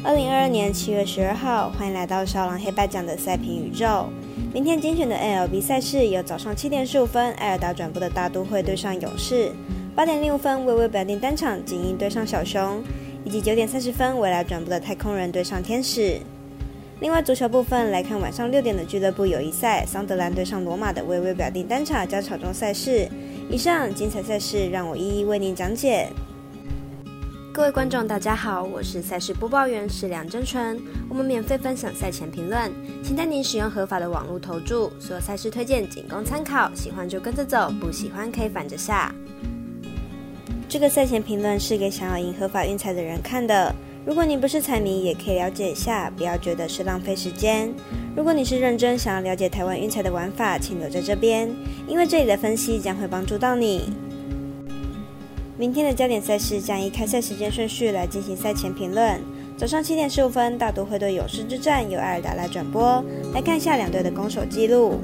2022年7月12号，欢迎来到少郎黑白奖的赛评宇宙。明天精选的 MLB 赛事有早上7点15分艾尔达转播的大都会对上勇士，8点05分微微表定单场精英对上小熊，以及9点30分未来转播的太空人对上天使。另外足球部分来看晚上6点的俱乐部友谊赛，桑德兰对上罗马的微微表定单场加场中赛事。以上精彩赛事让我一一为您讲解。各位观众大家好，我是赛事播报员石梁真纯。我们免费分享赛前评论，请带您使用合法的网络投注，所有赛事推荐仅供参考，喜欢就跟着走，不喜欢可以反着下。这个赛前评论是给想要赢合法运彩的人看的，如果你不是彩迷也可以了解一下，不要觉得是浪费时间。如果你是认真想要了解台湾运彩的玩法，请留在这边，因为这里的分析将会帮助到你。明天的焦点赛事将依开赛时间顺序来进行赛前评论。早上7点15分，大都会对勇士之战由艾尔达来转播。来看一下两队的攻守记录。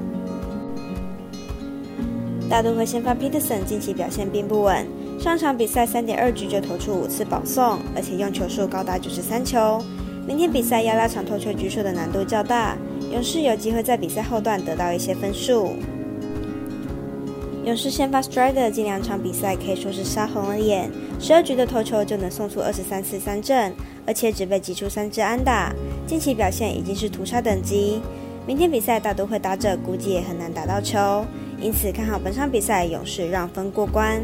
大都会先发 Peterson 近期表现并不稳，上场比赛3.2局就投出5次保送，而且用球数高达93球。明天比赛要拉长投球局数的难度较大，勇士有机会在比赛后段得到一些分数。勇士先发 Strider 近2场比赛可以说是杀红了眼，12局的投球就能送出23次三振，而且只被击出3支安打，近期表现已经是屠杀等级。明天比赛大都会打者估计也很难打到球，因此看好本场比赛勇士让分过关。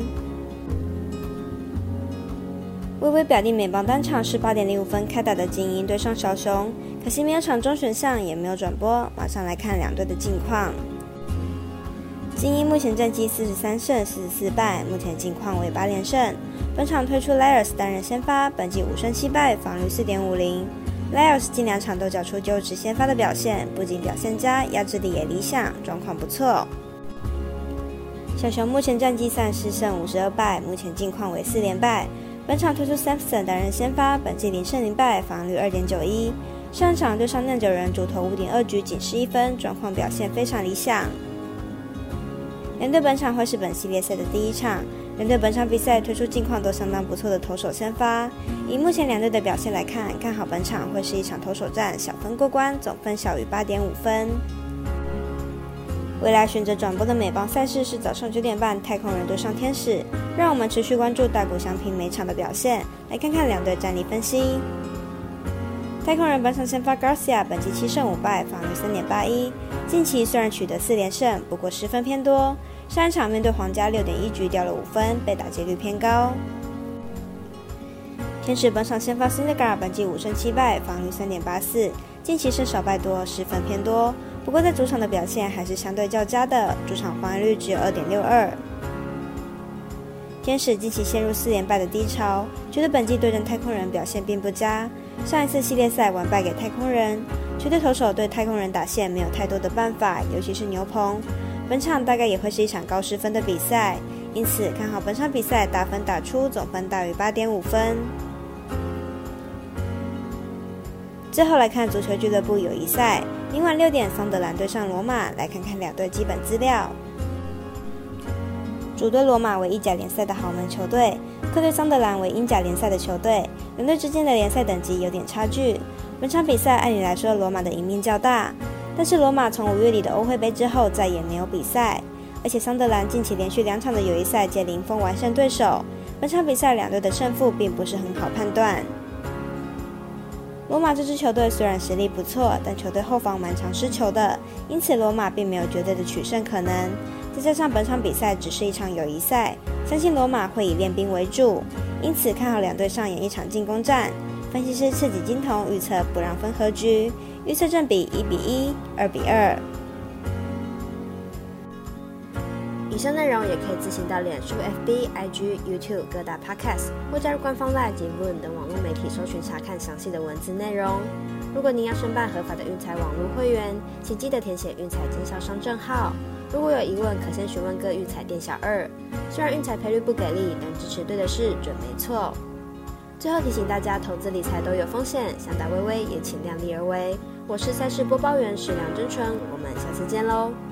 微微表定美邦单场是8点05分开打的精英对上小熊，可惜没有场中选项，也没有转播，马上来看两队的近况。精英目前战绩43胜44败，目前近况为8连胜。本场推出 Lairs 担任先发，本季5胜7败，防率4.50。Lairs 近2场都缴出9支先发的表现，不仅表现佳，压制力也理想，状况不错。小熊目前战绩34胜52败，目前近况为4连败。本场推出 Sampson 担任先发，本季0胜0败，防率2.91。上场对上酿酒人主投5.2局仅11分，状况表现非常理想。两队本场会是本系列赛的第一场，两队本场比赛推出近况都相当不错的投手先发。以目前两队的表现来看，看好本场会是一场投手战，小分过关，总分小于8.5分。未来选择转播的美邦赛事是早上9点半太空人对上天使，让我们持续关注大谷翔平每场的表现，来看看两队战力分析。太空人本场先发 Garcia 本季7胜5败，防率3.81，近期虽然取得4连胜，不过失分偏多。上一场面对皇家6.1局掉了5分，被打击率偏高。天使本场先发 Syndergaard 本季5胜7败，防率3.84，近期胜少败多，失分偏多。不过在主场的表现还是相对较佳的，主场防御率只有 2.62。天使近期陷入4连败的低潮，觉得本季对阵太空人表现并不佳。上一次系列赛完败给太空人，球队投手对太空人打线没有太多的办法，尤其是牛棚。本场大概也会是一场高失分的比赛，因此看好本场比赛打分打出，总分大于8.5分。最后来看足球俱乐部友谊赛，明晚6点桑德兰对上罗马，来看看两队基本资料。主队罗马为意甲联赛的豪门球队，客队桑德兰为英甲联赛的球队，两队之间的联赛等级有点差距。本场比赛按理来说罗马的赢面较大，但是罗马从5月底的欧会杯之后再也没有比赛，而且桑德兰近期连续2场的友谊赛皆零封完胜对手，本场比赛两队的胜负并不是很好判断。罗马这支球队虽然实力不错，但球队后防蛮常失球的，因此罗马并没有绝对的取胜可能。再加上本场比赛只是一场友谊赛，相信罗马会以练兵为主，因此看好两队上演一场进攻战。分析师赤井金童预测不让分和局，预测正比1:1、2:2。以上内容也可以自行到脸书、FB、IG、YouTube 各大 Podcast 或加入官方 LINE 及 Voon 等网络媒体搜寻查看详细的文字内容。如果您要申办合法的运彩网络会员，请记得填写运彩经销商证号。如果有疑问，可先询问各运彩店小二。虽然运彩赔率不给力，但支持对的事准没错。最后提醒大家，投资理财都有风险，想打微微也请量力而为。我是赛事播报员石梁真纯，我们下次见喽。